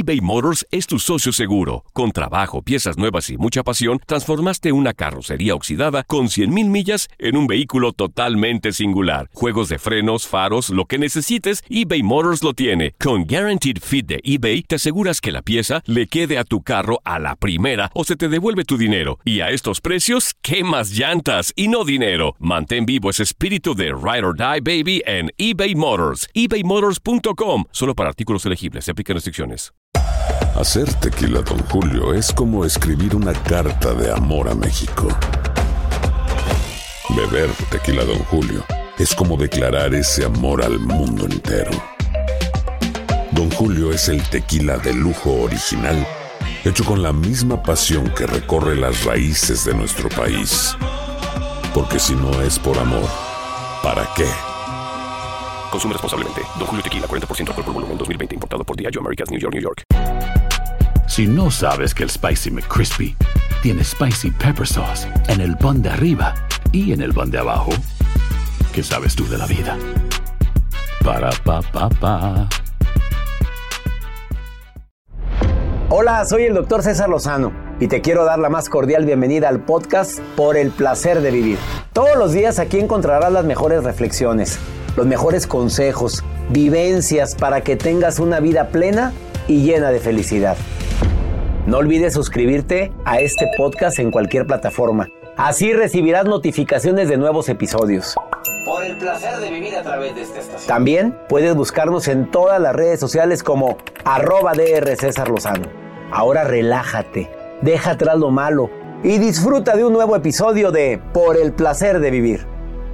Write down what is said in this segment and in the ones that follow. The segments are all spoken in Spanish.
eBay Motors es tu socio seguro. Con trabajo, piezas nuevas y mucha pasión, transformaste una carrocería oxidada con 100,000 millas en un vehículo totalmente singular. Juegos de frenos, faros, lo que necesites, eBay Motors lo tiene. Con Guaranteed Fit de eBay, te aseguras que la pieza le quede a tu carro a la primera o se te devuelve tu dinero. Y a estos precios, ¿qué más llantas y no dinero? Mantén vivo ese espíritu de Ride or Die, baby, en eBay Motors. ebaymotors.com. Solo para artículos elegibles. Se aplican restricciones. Hacer tequila Don Julio es como escribir una carta de amor a México. Beber tequila Don Julio es como declarar ese amor al mundo entero. Don Julio es el tequila de lujo original, hecho con la misma pasión que recorre las raíces de nuestro país. Porque si no es por amor, ¿para qué? Consume responsablemente. Don Julio Tequila, 40% alcohol por volumen, 2020. Importado por Diageo Americas, New York, New York. Si no sabes que el Spicy McCrispy tiene Spicy Pepper Sauce en el pan de arriba y en el pan de abajo, ¿qué sabes tú de la vida? Para, pa, pa, pa. Hola, soy el Dr. César Lozano y te quiero dar la más cordial bienvenida al podcast Por el Placer de Vivir. Todos los días aquí encontrarás las mejores reflexiones, los mejores consejos, vivencias para que tengas una vida plena y llena de felicidad. No olvides suscribirte a este podcast en cualquier plataforma. Así recibirás notificaciones de nuevos episodios. Por el placer de vivir a través de esta estación. También puedes buscarnos en todas las redes sociales como @Dr. César Lozano. Ahora relájate, deja atrás lo malo y disfruta de un nuevo episodio de Por el Placer de Vivir.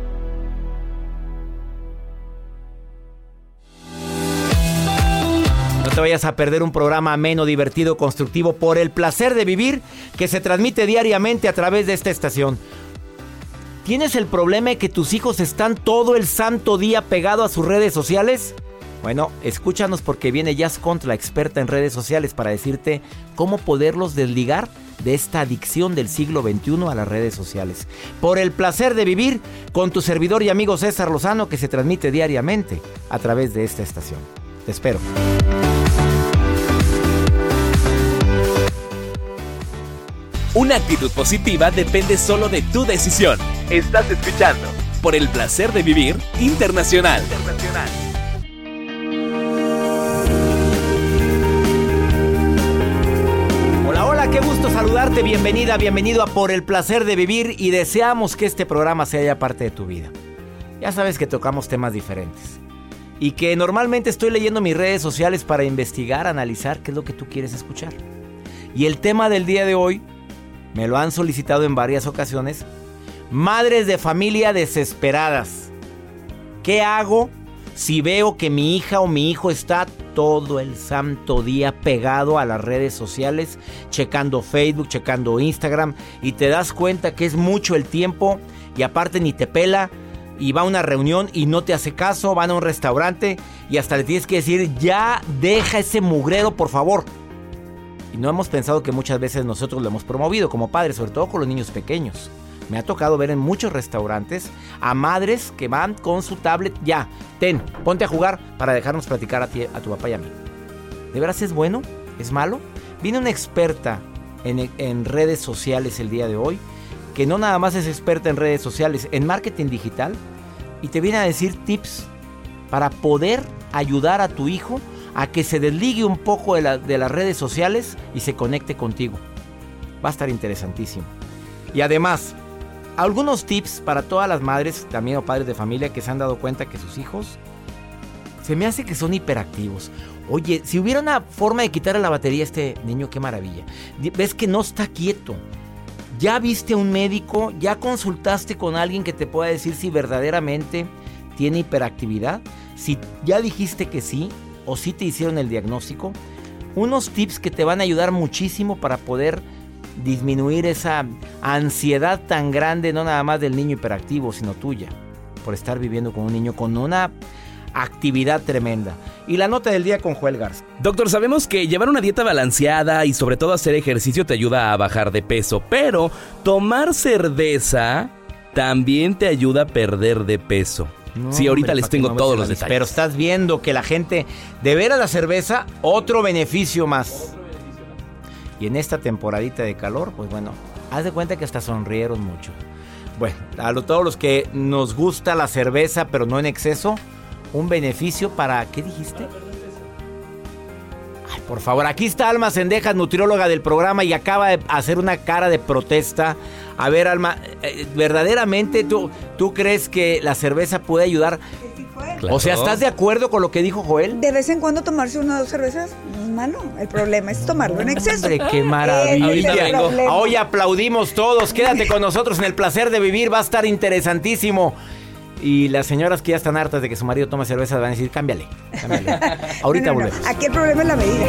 No te vayas a perder un programa ameno, divertido, constructivo, Por el Placer de Vivir, que se transmite diariamente a través de esta estación. ¿Tienes el problema de que tus hijos están todo el santo día pegados a sus redes sociales? Bueno, escúchanos porque viene Jazz Contra, la experta en redes sociales, para decirte cómo poderlos desligar de esta adicción del siglo XXI a las redes sociales. Por el Placer de Vivir, con tu servidor y amigo César Lozano, que se transmite diariamente a través de esta estación. Te espero. Una actitud positiva depende solo de tu decisión. Estás escuchando Por el Placer de Vivir Internacional. Hola, hola, qué gusto saludarte. Bienvenida, bienvenido a Por el Placer de Vivir y deseamos que este programa sea ya parte de tu vida. Ya sabes que tocamos temas diferentes y que normalmente estoy leyendo mis redes sociales para investigar, analizar qué es lo que tú quieres escuchar. Y el tema del día de hoy me lo han solicitado en varias ocasiones. Madres de familia desesperadas. ¿Qué hago si veo que mi hija o mi hijo está todo el santo día pegado a las redes sociales, checando Facebook, checando Instagram, y te das cuenta que es mucho el tiempo y aparte ni te pela, y va a una reunión y no te hace caso, van a un restaurante y hasta le tienes que decir, ya deja ese mugrero, por favor? Y no hemos pensado que muchas veces nosotros lo hemos promovido como padres, sobre todo con los niños pequeños. Me ha tocado ver en muchos restaurantes a madres que van con su tablet, ya, ponte a jugar para dejarnos platicar a ti, a tu papá y a mí. ¿De veras es bueno? ¿Es malo? Viene una experta en redes sociales el día de hoy, que no nada más es experta en redes sociales, en marketing digital, y te viene a decir tips para poder ayudar a tu hijo a que se desligue un poco de las redes sociales y se conecte contigo. Va a estar interesantísimo. Y además, algunos tips para todas las madres, también o padres de familia, que se han dado cuenta que sus hijos se me hace que son hiperactivos. Oye, si hubiera una forma de quitarle la batería a este niño, qué maravilla. Ves que no está quieto. ¿Ya viste a un médico? ¿Ya consultaste con alguien que te pueda decir si verdaderamente tiene hiperactividad? Si ya dijiste que sí, o si te hicieron el diagnóstico, unos tips que te van a ayudar muchísimo para poder disminuir esa ansiedad tan grande, no nada más del niño hiperactivo, sino tuya, por estar viviendo con un niño con una actividad tremenda. Y la nota del día con Joel Garza. Doctor, sabemos que llevar una dieta balanceada y sobre todo hacer ejercicio te ayuda a bajar de peso, pero tomar cerveza también te ayuda a perder de peso. No, Sí, ahorita hombre, les tengo todos los detalles. Pero estás viendo que la gente, de veras la cerveza, otro beneficio más. Y en esta temporadita de calor, pues bueno, haz de cuenta que hasta sonrieron mucho. Bueno, todos los que nos gusta la cerveza, pero no en exceso, un beneficio para... ¿Qué dijiste? Ay, por favor, aquí está Alma Sendejas, nutrióloga del programa, y acaba de hacer una cara de protesta. A ver, Alma, ¿verdaderamente tú crees que la cerveza puede ayudar? Claro. O sea, ¿estás de acuerdo con lo que dijo Joel? De vez en cuando tomarse una o dos cervezas no es malo. El problema es tomarlo en exceso. Hombre, qué maravilla. Ese es el problema. Hoy aplaudimos todos. Quédate con nosotros en el placer de vivir. Va a estar interesantísimo. Y las señoras que ya están hartas de que su marido tome cerveza van a decir, cámbiale. Ahorita No. volvemos. Aquí el problema es la medida.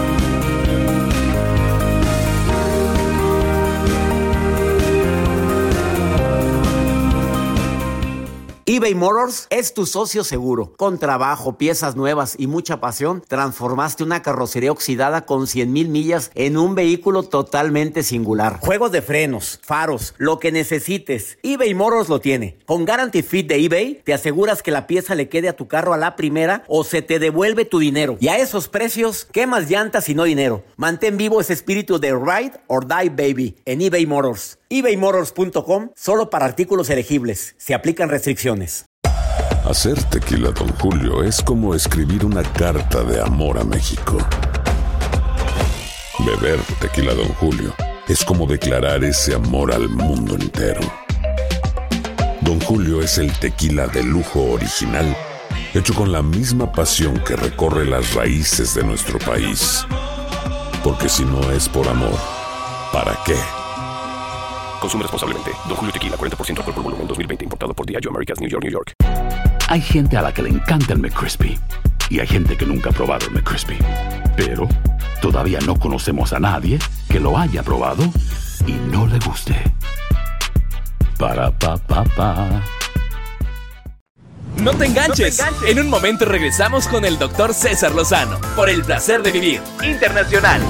eBay Motors es tu socio seguro. Con trabajo, piezas nuevas y mucha pasión, transformaste una carrocería oxidada con 100,000 millas en un vehículo totalmente singular. Juegos de frenos, faros, lo que necesites, eBay Motors lo tiene. Con Guarantee Fit de eBay, te aseguras que la pieza le quede a tu carro a la primera o se te devuelve tu dinero. Y a esos precios, ¿qué más llantas y no dinero? Mantén vivo ese espíritu de Ride or Die Baby en eBay Motors. ebaymotors.com, solo para artículos elegibles. Se aplican restricciones. Hacer tequila Don Julio es como escribir una carta de amor a México. Beber tequila Don Julio es como declarar ese amor al mundo entero. Don Julio es el tequila de lujo original, hecho con la misma pasión que recorre las raíces de nuestro país. Porque si no es por amor, ¿para qué? Consume responsablemente. Don Julio Tequila, 40% alcohol por volumen, 2020. Importado por Diageo Americas, New York, New York. Hay gente a la que le encanta el McCrispy y hay gente que nunca ha probado el McCrispy. Pero todavía no conocemos a nadie que lo haya probado y no le guste. Para pa pa pa. No te enganches. En un momento regresamos con el Dr. César Lozano por el placer de vivir internacional.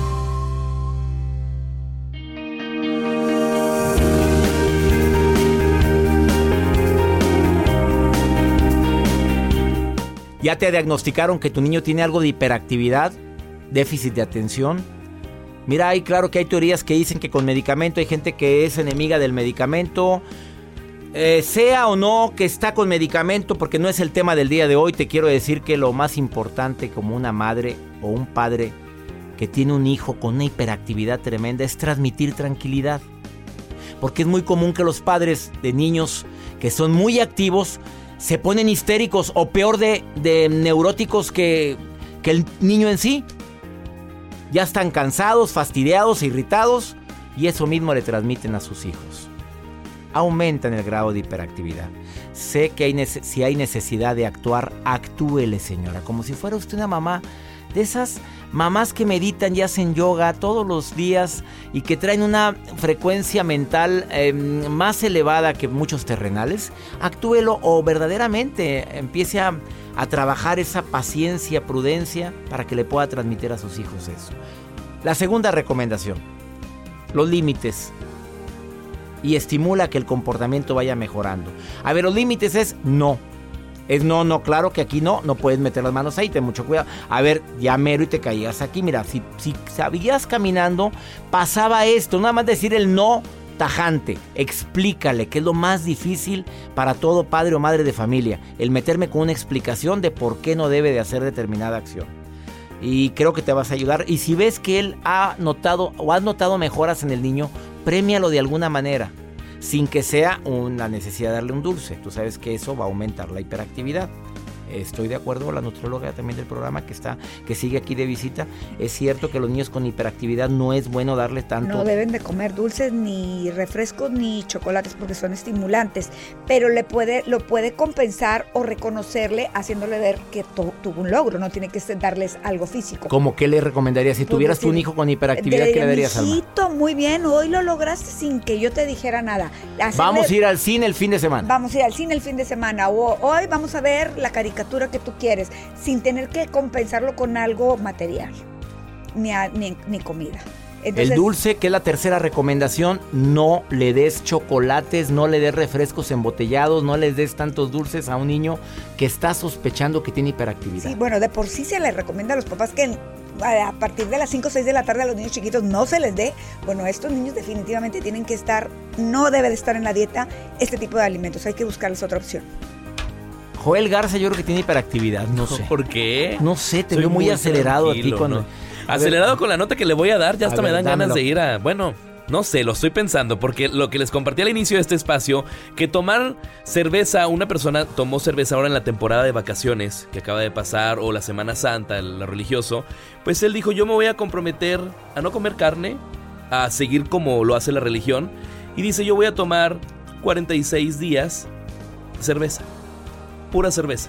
¿Ya te diagnosticaron que tu niño tiene algo de hiperactividad, déficit de atención? Mira, claro que hay teorías que dicen que con medicamento hay gente que es enemiga del medicamento. Sea o no que está con medicamento, porque no es el tema del día de hoy, te quiero decir que lo más importante como una madre o un padre que tiene un hijo con una hiperactividad tremenda es transmitir tranquilidad. Porque es muy común que los padres de niños que son muy activos se ponen histéricos o peor de neuróticos que el niño en sí. Ya están cansados, fastidiados, irritados y eso mismo le transmiten a sus hijos. Aumentan el grado de hiperactividad. Sé que si hay necesidad de actuar, actúele, señora, como si fuera usted una mamá de esas mamás que meditan y hacen yoga todos los días y que traen una frecuencia mental más elevada que muchos terrenales. Actúelo o verdaderamente empiece a trabajar esa paciencia, prudencia para que le pueda transmitir a sus hijos eso. La segunda recomendación, los límites. Y estimula que el comportamiento vaya mejorando. A ver, los límites es no. Es no, claro que aquí no puedes meter las manos ahí, ten mucho cuidado. A ver, ya mero y te caías aquí. Mira, si sabías caminando, pasaba esto. Nada más decir el no tajante. Explícale, que es lo más difícil para todo padre o madre de familia. El meterme con una explicación de por qué no debe de hacer determinada acción. Y creo que te vas a ayudar. Y si ves que él ha notado o has notado mejoras en el niño, premialo de alguna manera. Sin que sea una necesidad de darle un dulce. Tú sabes que eso va a aumentar la hiperactividad. Estoy de acuerdo, la nutrióloga también del programa que sigue aquí de visita. Es cierto que los niños con hiperactividad no es bueno darle tanto. No deben de comer dulces, ni refrescos, ni chocolates porque son estimulantes. Pero lo puede compensar o reconocerle haciéndole ver que tuvo un logro. No tiene que darles algo físico. ¿Cómo qué le recomendarías? Si tuvieras tú un hijo con hiperactividad, ¿qué le darías, Alma? Hijito, muy bien, hoy lo lograste sin que yo te dijera nada. Vamos a ir al cine el fin de semana. Vamos a ir al cine el fin de semana. O hoy vamos a ver la caricatura que tú quieres, sin tener que compensarlo con algo material, ni comida. Entonces, el dulce, que es la tercera recomendación, no le des chocolates, no le des refrescos embotellados, no les des tantos dulces a un niño que está sospechando que tiene hiperactividad. Sí, bueno, de por sí se les recomienda a los papás que a partir de las 5 o 6 de la tarde a los niños chiquitos no se les dé. Bueno, estos niños definitivamente tienen que estar, no debe de estar en la dieta este tipo de alimentos, hay que buscarles otra opción. Joel Garza, yo creo que tiene hiperactividad, no sé. ¿Por qué? No sé, te veo muy acelerado a ti cuando... ¿no? Acelerado con la nota que le voy a dar, ya hasta me dan dámelo. ganas de ir a... Bueno, no sé, lo estoy pensando, porque lo que les compartí al inicio de este espacio, que tomar cerveza, una persona tomó cerveza ahora en la temporada de vacaciones que acaba de pasar, o la Semana Santa, lo religioso, pues él dijo, yo me voy a comprometer a no comer carne, a seguir como lo hace la religión, y dice, yo voy a tomar 46 días cerveza, pura cerveza.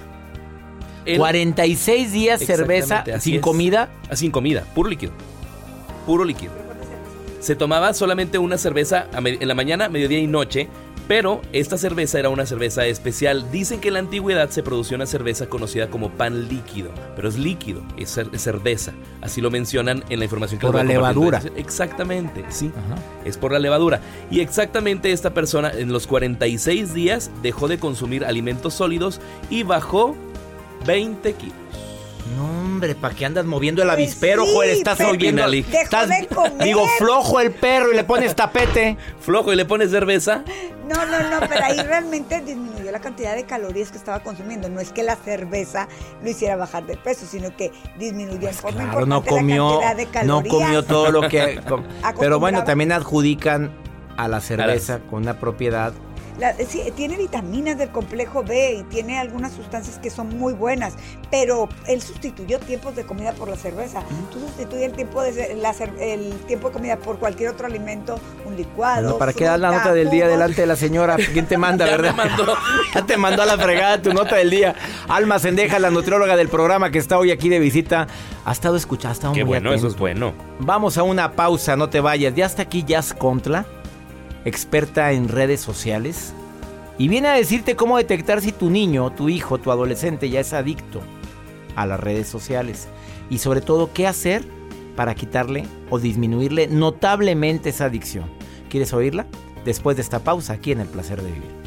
46 días cerveza sin comida. Sin comida, puro líquido. Puro líquido. Se tomaba solamente una cerveza en la mañana, mediodía y noche, pero esta cerveza era una cerveza especial. Dicen que en la antigüedad se producía una cerveza conocida como pan líquido, pero es líquido, es cerveza. Así lo mencionan en la información que por les voy a compartir. la levadura. Exactamente, sí. Ajá. Es por la levadura. Y exactamente esta persona en los 46 días dejó de consumir alimentos sólidos y bajó 20 kilos. No, hombre, ¿para qué andas moviendo el avispero, sí, Joel? Estás pero oyendo. dejó de comer. Digo, flojo el perro y le pones tapete. Flojo y le pones cerveza. No, pero ahí realmente disminuyó la cantidad de calorías que estaba consumiendo. No es que la cerveza lo hiciera bajar de peso, sino que disminuyó en forma importante la cantidad de calorías. No comió todo lo que... Pero bueno, Acostumbraba. también adjudican a la cerveza con una propiedad. Sí, tiene vitaminas del complejo B y tiene algunas sustancias que son muy buenas, pero él sustituyó tiempos de comida por la cerveza. Tú sustituyes el tiempo el tiempo de comida por cualquier otro alimento, un licuado. Bueno, ¿para qué das la nota del día delante de la señora? ¿Quién te manda, verdad? Ya te mandó a la fregada tu nota del día. Alma Sendeja, la nutrióloga del programa que está hoy aquí de visita, ha estado escuchando, ha estado Qué muy bueno, atento. eso es bueno. Vamos a una pausa, no te vayas. Ya está aquí Jazz Contra, experta en redes sociales, y viene a decirte cómo detectar si tu niño, tu hijo, tu adolescente ya es adicto a las redes sociales, y sobre todo qué hacer para quitarle o disminuirle notablemente esa adicción. ¿Quieres oírla? Después de esta pausa aquí en El Placer de Vivir.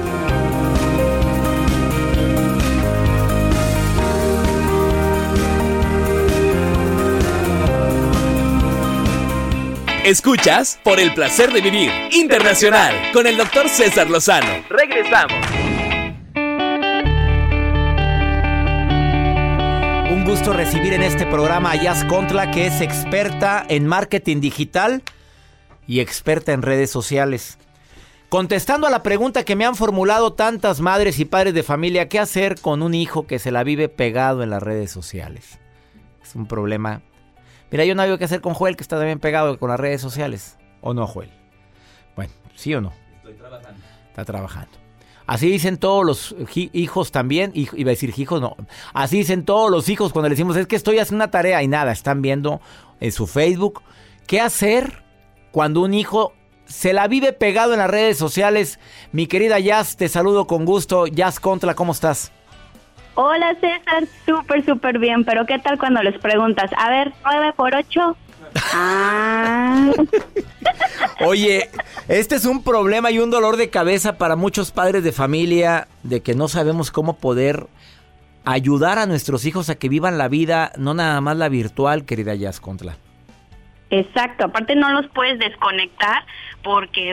Escuchas Por el Placer de Vivir Internacional con el Dr. César Lozano. Regresamos. Un gusto recibir en este programa a Jazz Contra, que es experta en marketing digital y experta en redes sociales. Contestando a la pregunta que me han formulado tantas madres y padres de familia, ¿qué hacer con un hijo que se la vive pegado en las redes sociales? Es un problema. Mira, yo no había qué hacer con Joel, que está también pegado con las redes sociales. ¿O no, Joel? Bueno, ¿sí o no? Estoy trabajando. Está trabajando. Así dicen todos los hijos también. Iba a decir hijos, no. Así dicen todos los hijos cuando le decimos, es que estoy haciendo una tarea y nada. Están viendo en su Facebook. ¿Qué hacer cuando un hijo se la vive pegado en las redes sociales? Mi querida Jazz, te saludo con gusto. Jazz Contra, ¿cómo estás? Hola César, súper bien, pero ¿qué tal cuando les preguntas? A ver, 9 por 8. Ah. Oye, este es un problema y un dolor de cabeza para muchos padres de familia, de que no sabemos cómo poder ayudar a nuestros hijos a que vivan la vida, no nada más la virtual, querida Jazz Contra. Exacto, aparte no los puedes desconectar porque,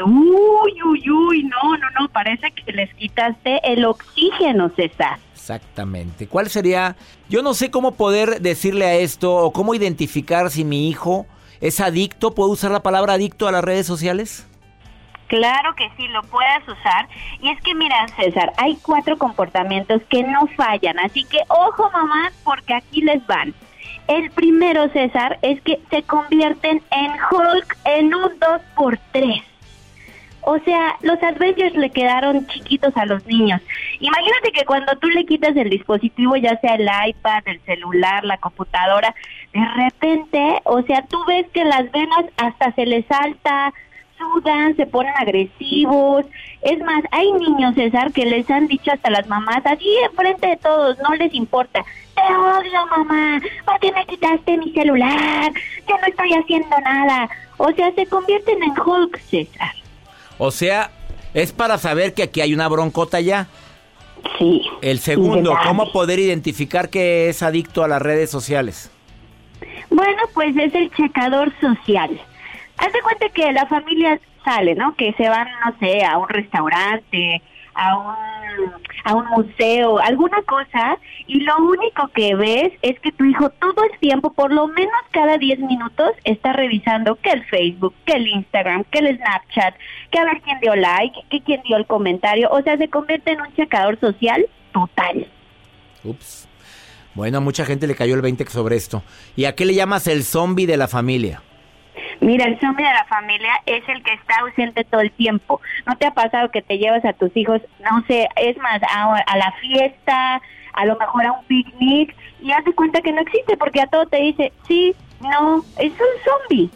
no, parece que les quitaste el oxígeno, César. Exactamente. ¿Cuál sería? Yo no sé cómo poder decirle a esto o cómo identificar si mi hijo es adicto. ¿Puedo usar la palabra adicto a las redes sociales? Claro que sí, lo puedes usar. Y es que mira, César, hay 4 comportamientos que no fallan. Así que ojo, mamás, porque aquí les van. El primero, César, es que se convierten en Hulk en un 2x3. O sea, los Avengers le quedaron chiquitos a los niños. Imagínate que cuando tú le quitas el dispositivo, ya sea el iPad, el celular, la computadora, de repente, o sea, tú ves que las venas hasta se les salta, sudan, se ponen agresivos. Es más, hay niños, César, que les han dicho hasta las mamás, así enfrente de todos, no les importa. Te odio, mamá, ¿por qué me quitaste mi celular? yo no estoy haciendo nada. O sea, se convierten en Hulk, César. O sea, es para saber que aquí hay una broncota ya. Sí. El segundo, ¿cómo poder identificar que es adicto a las redes sociales? Bueno, pues es el checador social. Haz de cuenta que la familia sale, ¿no? Que se van, no sé, a un restaurante, a un museo, alguna cosa, y lo único que ves es que tu hijo todo el tiempo, por lo menos cada 10 minutos, está revisando que el Facebook, que el Instagram, que el Snapchat, que a ver quién dio like, que quién dio el comentario. O sea, se convierte en un checador social total. Ups. Bueno, a mucha gente le cayó el 20 sobre esto. ¿Y a qué le llamas el zombie de la familia? Mira, el zombie de la familia es el que está ausente todo el tiempo. ¿No te ha pasado que te llevas a tus hijos, no sé, es más, a la fiesta, a lo mejor a un picnic, y haz de cuenta que no existe porque a todo te dice, sí, no, es un zombie?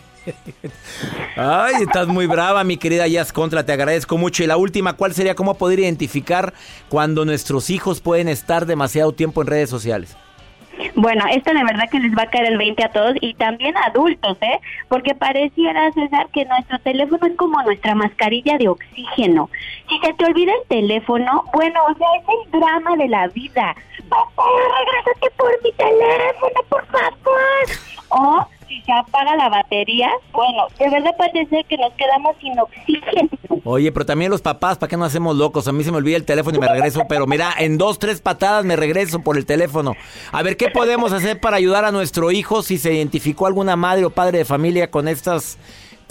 Ay, estás muy brava, mi querida Jazz Contra, te agradezco mucho. Y la última, ¿cuál sería cómo poder identificar cuando nuestros hijos pueden estar demasiado tiempo en redes sociales? Bueno, esto de verdad que les va a caer el 20 a todos y también a adultos, porque pareciera, César, que nuestro teléfono es como nuestra mascarilla de oxígeno. Si se te olvida el teléfono, bueno, o sea, es el drama de la vida. Papá, regrésate por mi teléfono, por favor. O si se apaga la batería, bueno, de verdad parece que nos quedamos sin oxígeno. Oye, pero también los papás, ¿para qué no hacemos locos? A mí se me olvida el teléfono y me regreso, pero mira, en 2, 3 patadas me regreso por el teléfono. A ver, ¿qué podemos hacer para ayudar a nuestro hijo si se identificó alguna madre o padre de familia con estas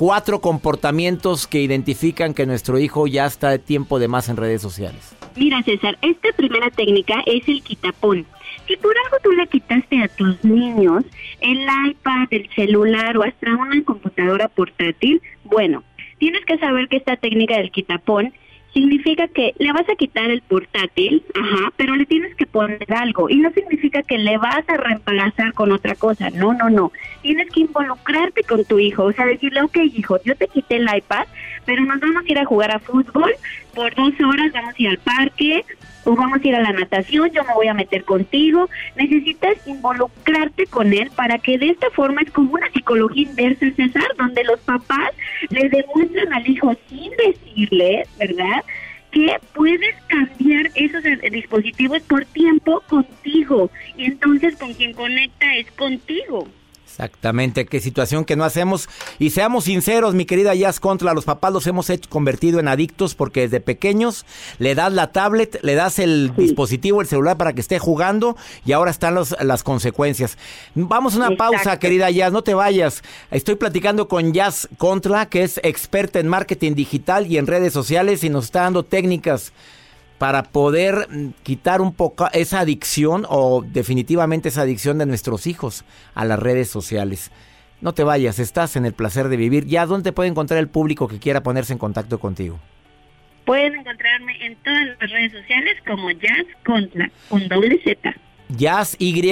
4 comportamientos que identifican que nuestro hijo ya está de tiempo de más en redes sociales? Mira, César, esta primera técnica es el quitapón. Si por algo tú le quitaste a tus niños el iPad, el celular o hasta una computadora portátil, bueno, tienes que saber que esta técnica del quitapón significa que le vas a quitar el portátil, pero le tienes que poner algo. Y no significa que le vas a reemplazar con otra cosa. No. Tienes que involucrarte con tu hijo. O sea, decirle, ok, hijo, yo te quité el iPad, pero nos vamos a ir a jugar a fútbol. Por 2 horas vamos a ir al parque o vamos a ir a la natación, yo me voy a meter contigo. Necesitas involucrarte con él para que de esta forma es como una psicología inversa, César, donde los papás le demuestran al hijo sin decirle, ¿verdad?, que puedes cambiar esos dispositivos por tiempo contigo. Y entonces con quien conecta es contigo. Exactamente, qué situación que no hacemos. Y seamos sinceros, mi querida Jazz Contra, los papás los hemos convertido en adictos porque desde pequeños le das la tablet, le das el dispositivo, el celular para que esté jugando y ahora están las consecuencias. Vamos a una pausa, querida Jazz, no te vayas. Estoy platicando con Jazz Contra, que es experta en marketing digital y en redes sociales y nos está dando técnicas para poder quitar un poco esa adicción o definitivamente esa adicción de nuestros hijos a las redes sociales. No te vayas, estás en el placer de vivir. ¿Ya dónde puede encontrar el público que quiera ponerse en contacto contigo? Pueden encontrarme en todas las redes sociales como Jazz Contra, con doble Z. Jazz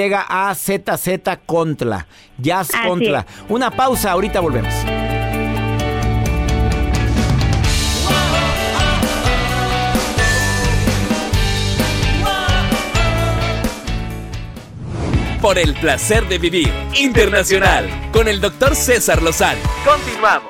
Y-A-Z-Z Contra. Jazz Contra. Una pausa, ahorita volvemos. Por el placer de vivir internacional con el Dr. César Lozano. Continuamos.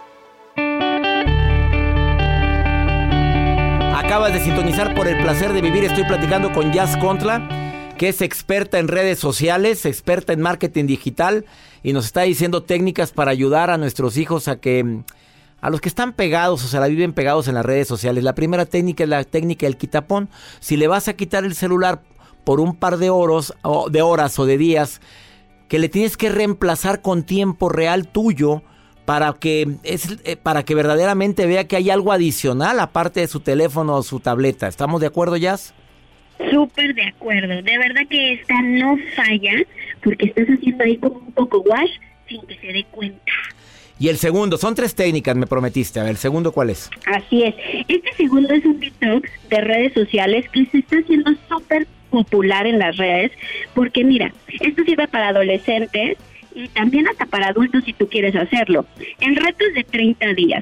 Acabas de sintonizar Por el placer de vivir. Estoy platicando con Jazz Contra, que es experta en redes sociales, experta en marketing digital y nos está diciendo técnicas para ayudar a nuestros hijos a los que están pegados, o sea, la viven pegados en las redes sociales. La primera técnica es la técnica del quitapón. Si le vas a quitar el celular por un par de horas o de días, que le tienes que reemplazar con tiempo real tuyo para que verdaderamente vea que hay algo adicional aparte de su teléfono o su tableta. ¿Estamos de acuerdo, Jazz? Súper de acuerdo. De verdad que esta no falla porque estás haciendo ahí como un poco wash sin que se dé cuenta. Y el segundo, son 3 técnicas, me prometiste. A ver, ¿el segundo cuál es? Así es. Este segundo es un detox de redes sociales que se está haciendo súper popular en las redes, porque mira, esto sirve para adolescentes y también hasta para adultos si tú quieres hacerlo. El reto es de 30 días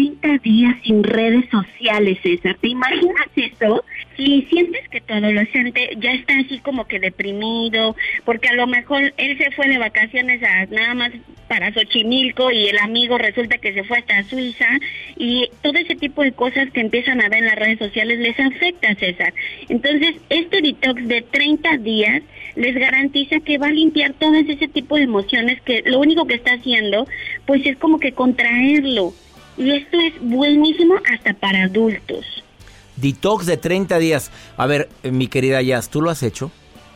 sin redes sociales, César. ¿Te imaginas eso? Si sientes que tu adolescente ya está así como que deprimido, porque a lo mejor él se fue de vacaciones nada más para Xochimilco y el amigo resulta que se fue hasta Suiza, y todo ese tipo de cosas que empiezan a ver en las redes sociales les afecta, César. Entonces, este detox de 30 días les garantiza que va a limpiar todo ese tipo de emociones que lo único que está haciendo, pues es como que contraerlo. Y esto es buenísimo hasta para adultos. Detox de 30 días. A ver, mi querida Jazz, ¿tú lo has hecho?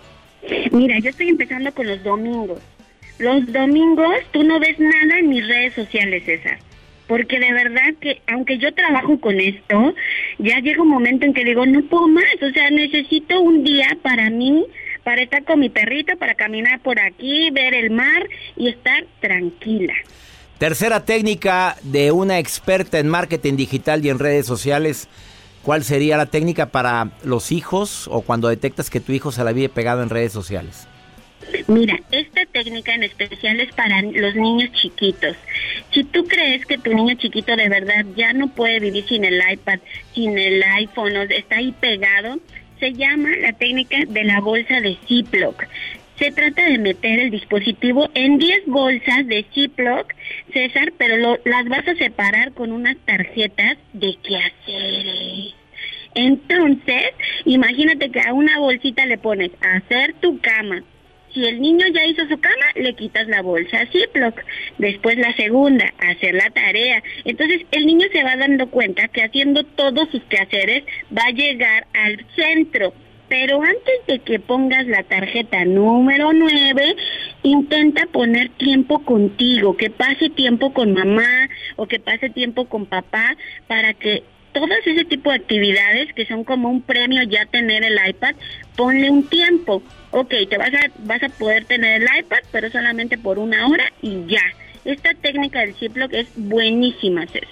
Mira, yo estoy empezando con los domingos. Los domingos tú no ves nada en mis redes sociales, César. Porque de verdad que, aunque yo trabajo con esto, ya llega un momento en que digo, no puedo más. O sea, necesito un día para mí, para estar con mi perrito, para caminar por aquí, ver el mar y estar tranquila. Tercera técnica de una experta en marketing digital y en redes sociales. ¿Cuál sería la técnica para los hijos o cuando detectas que tu hijo se la vive pegado en redes sociales? Mira, esta técnica en especial es para los niños chiquitos. Si tú crees que tu niño chiquito de verdad ya no puede vivir sin el iPad, sin el iPhone, o está ahí pegado, se llama la técnica de la bolsa de Ziploc. Se trata de meter el dispositivo en 10 bolsas de Ziploc, César, pero las vas a separar con unas tarjetas de quehaceres. Entonces, imagínate que a una bolsita le pones hacer tu cama. Si el niño ya hizo su cama, le quitas la bolsa Ziploc. Después la segunda, hacer la tarea. Entonces el niño se va dando cuenta que haciendo todos sus quehaceres va a llegar al centro. Pero antes de que pongas la tarjeta número 9, intenta poner tiempo contigo, que pase tiempo con mamá o que pase tiempo con papá, para que todas ese tipo de actividades que son como un premio ya tener el iPad, ponle un tiempo. Ok, vas a poder tener el iPad, pero solamente por 1 hora y ya. Esta técnica del Ziploc es buenísima, César.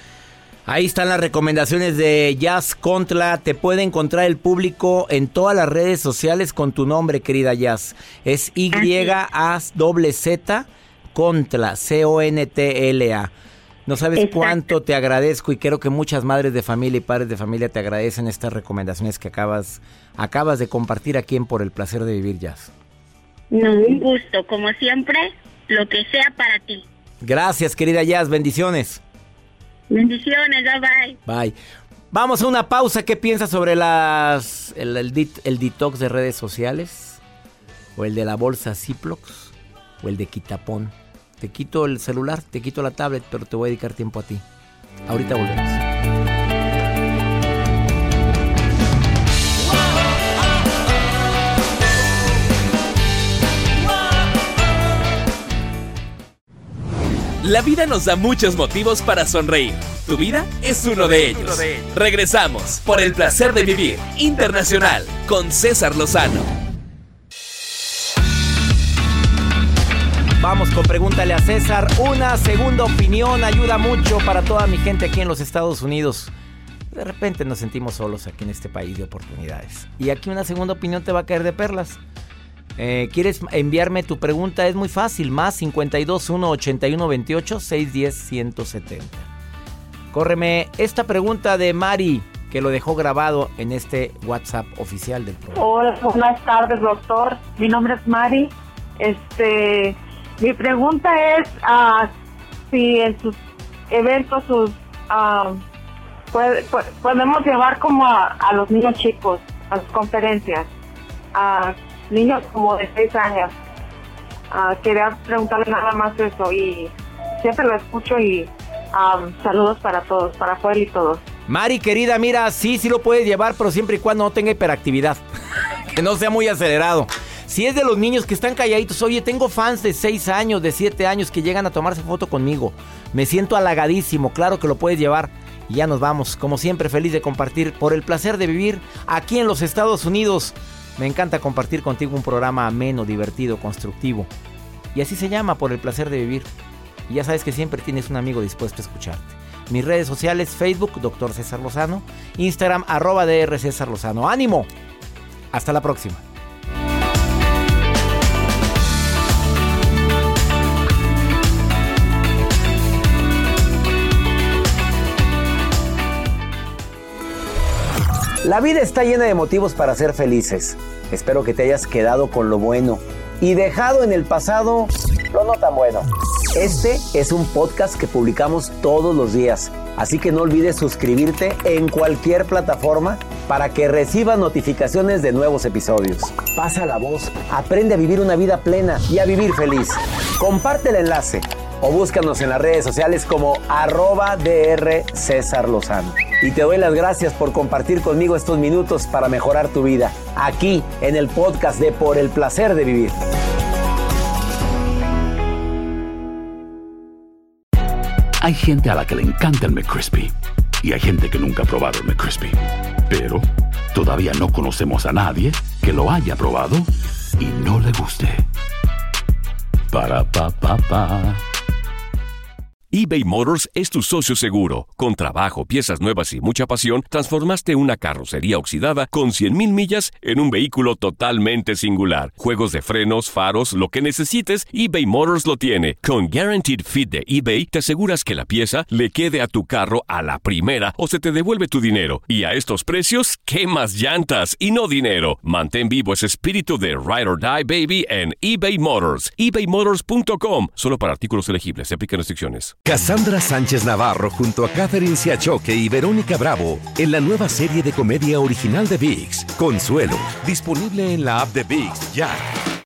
Ahí están las recomendaciones de Jazz Contla. Te puede encontrar el público en todas las redes sociales con tu nombre, querida Jazz. Es YAZZ Contla, CONTLA. No sabes Exacto. cuánto te agradezco, y creo que muchas madres de familia y padres de familia te agradecen estas recomendaciones que acabas de compartir aquí en Por el Placer de Vivir, Jazz. No, un gusto, como siempre, lo que sea para ti. Gracias, querida Jazz, bendiciones. Bendiciones, bye. Bye. Vamos a una pausa. ¿Qué piensas sobre el detox de redes sociales? ¿O el de la bolsa Ziploc? ¿O el de quitapón? Te quito el celular, te quito la tablet, pero te voy a dedicar tiempo a ti. Ahorita volvemos. La vida nos da muchos motivos para sonreír. Tu vida es uno de ellos. Regresamos por el placer de vivir internacional con César Lozano. Vamos con Pregúntale a César. Una segunda opinión ayuda mucho para toda mi gente aquí en los Estados Unidos. De repente nos sentimos solos aquí en este país de oportunidades. Y aquí una segunda opinión te va a caer de perlas. ¿Quieres enviarme tu pregunta? Es muy fácil. Más 52 1 81 28 610 170. Córreme esta pregunta de Mari, que lo dejó grabado en este WhatsApp oficial del programa. Hola, buenas tardes, doctor. Mi nombre es Mari. Mi pregunta es si en sus eventos podemos llevar como a los niños chicos a sus conferencias, a niños como de 6 años. Quería preguntarle nada más eso, y siempre lo escucho, y saludos para todos, para Joel y todos. Mari, querida, mira, sí lo puedes llevar, pero siempre y cuando no tenga hiperactividad. Que no sea muy acelerado. Si es de los niños que están calladitos, oye, tengo fans de 6 años, de 7 años que llegan a tomarse foto conmigo. Me siento halagadísimo, claro que lo puedes llevar. Y ya nos vamos, como siempre, feliz de compartir Por el Placer de Vivir aquí en los Estados Unidos. Me encanta compartir contigo un programa ameno, divertido, constructivo. Y así se llama, Por el Placer de Vivir. Y ya sabes que siempre tienes un amigo dispuesto a escucharte. Mis redes sociales, Facebook, Dr. César Lozano, Instagram, @Dr. César Lozano. ¡Ánimo! Hasta la próxima. La vida está llena de motivos para ser felices. Espero que te hayas quedado con lo bueno y dejado en el pasado lo no tan bueno. Este es un podcast que publicamos todos los días, así que no olvides suscribirte en cualquier plataforma para que recibas notificaciones de nuevos episodios. Pasa la voz, aprende a vivir una vida plena y a vivir feliz. Comparte el enlace o búscanos en las redes sociales como @Dr. César Lozano. Y te doy las gracias por compartir conmigo estos minutos para mejorar tu vida, aquí en el podcast de Por el Placer de Vivir. Hay gente a la que le encanta el McCrispy y hay gente que nunca ha probado el McCrispy. Pero todavía no conocemos a nadie que lo haya probado y no le guste. Para pa pa pa. eBay Motors es tu socio seguro. Con trabajo, piezas nuevas y mucha pasión, transformaste una carrocería oxidada con 100,000 millas en un vehículo totalmente singular. Juegos de frenos, faros, lo que necesites, eBay Motors lo tiene. Con Guaranteed Fit de eBay, te aseguras que la pieza le quede a tu carro a la primera o se te devuelve tu dinero. Y a estos precios, ¿qué más llantas y no dinero? Mantén vivo ese espíritu de Ride or Die, baby, en eBay Motors. ebaymotors.com. Solo para artículos elegibles. Se aplican restricciones. Cassandra Sánchez Navarro junto a Catherine Siachoque y Verónica Bravo en la nueva serie de comedia original de ViX, Consuelo, disponible en la app de ViX ya.